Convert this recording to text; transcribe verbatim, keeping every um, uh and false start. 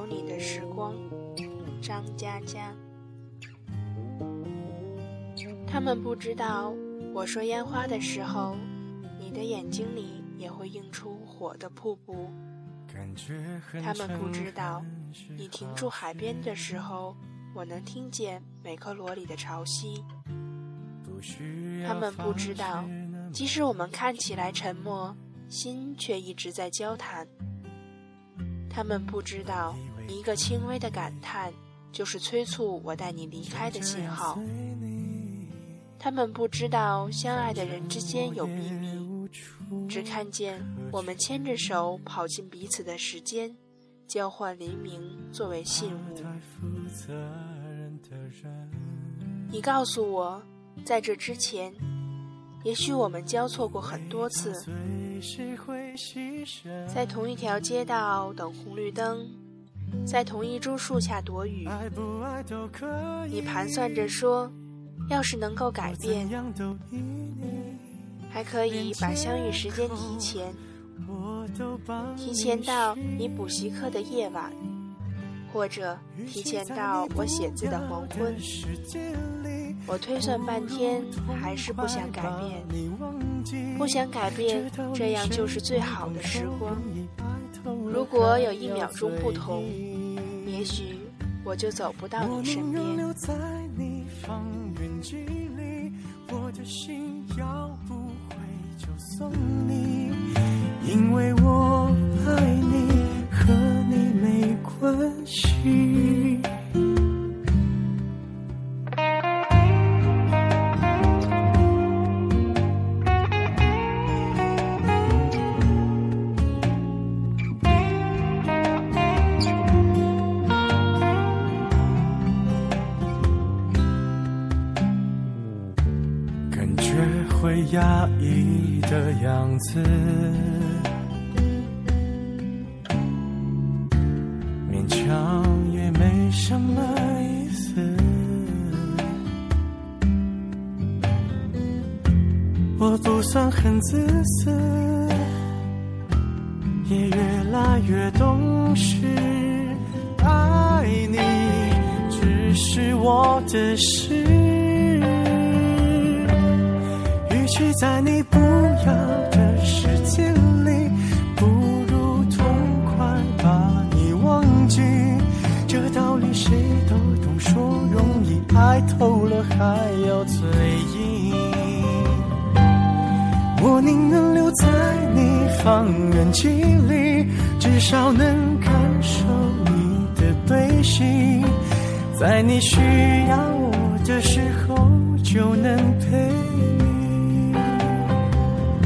有你的时光，张嘉佳。他们不知道，我说烟花的时候，你的眼睛里也会映出火的瀑布。他们不知道，你停住海边的时候，我能听见每颗螺里的潮汐。他们不知道，即使我们看起来沉默，心却一直在交谈。他们不知道，一个轻微的感叹就是催促我带你离开的信号。他们不知道，相爱的人之间有秘密，只看见我们牵着手跑进彼此的时间，交换黎明作为信物。你告诉我，在这之前，也许我们交错过很多次，在同一条街道等红绿灯，在同一株树下躲雨。你盘算着说，要是能够改变，还可以把相遇时间提前，提前到你补习课的夜晚，或者提前到我写字的黄昏。我推算半天，还是不想改变，不想改变，这样就是最好的时光。如果有一秒钟不同，也许我就走不到你身边。我的心要不回就送你，因为我爱你，和你没关系。会压抑的样子，勉强也没什么意思。我不算很自私，也越来越懂事。爱你只是我的事，与其在你不要的世界里，不如痛快把你忘记。这道理谁都懂，说容易，爱透了还要嘴硬。我宁愿留在你方圆几里，至少能感受你的悲喜。在你需要我的时候，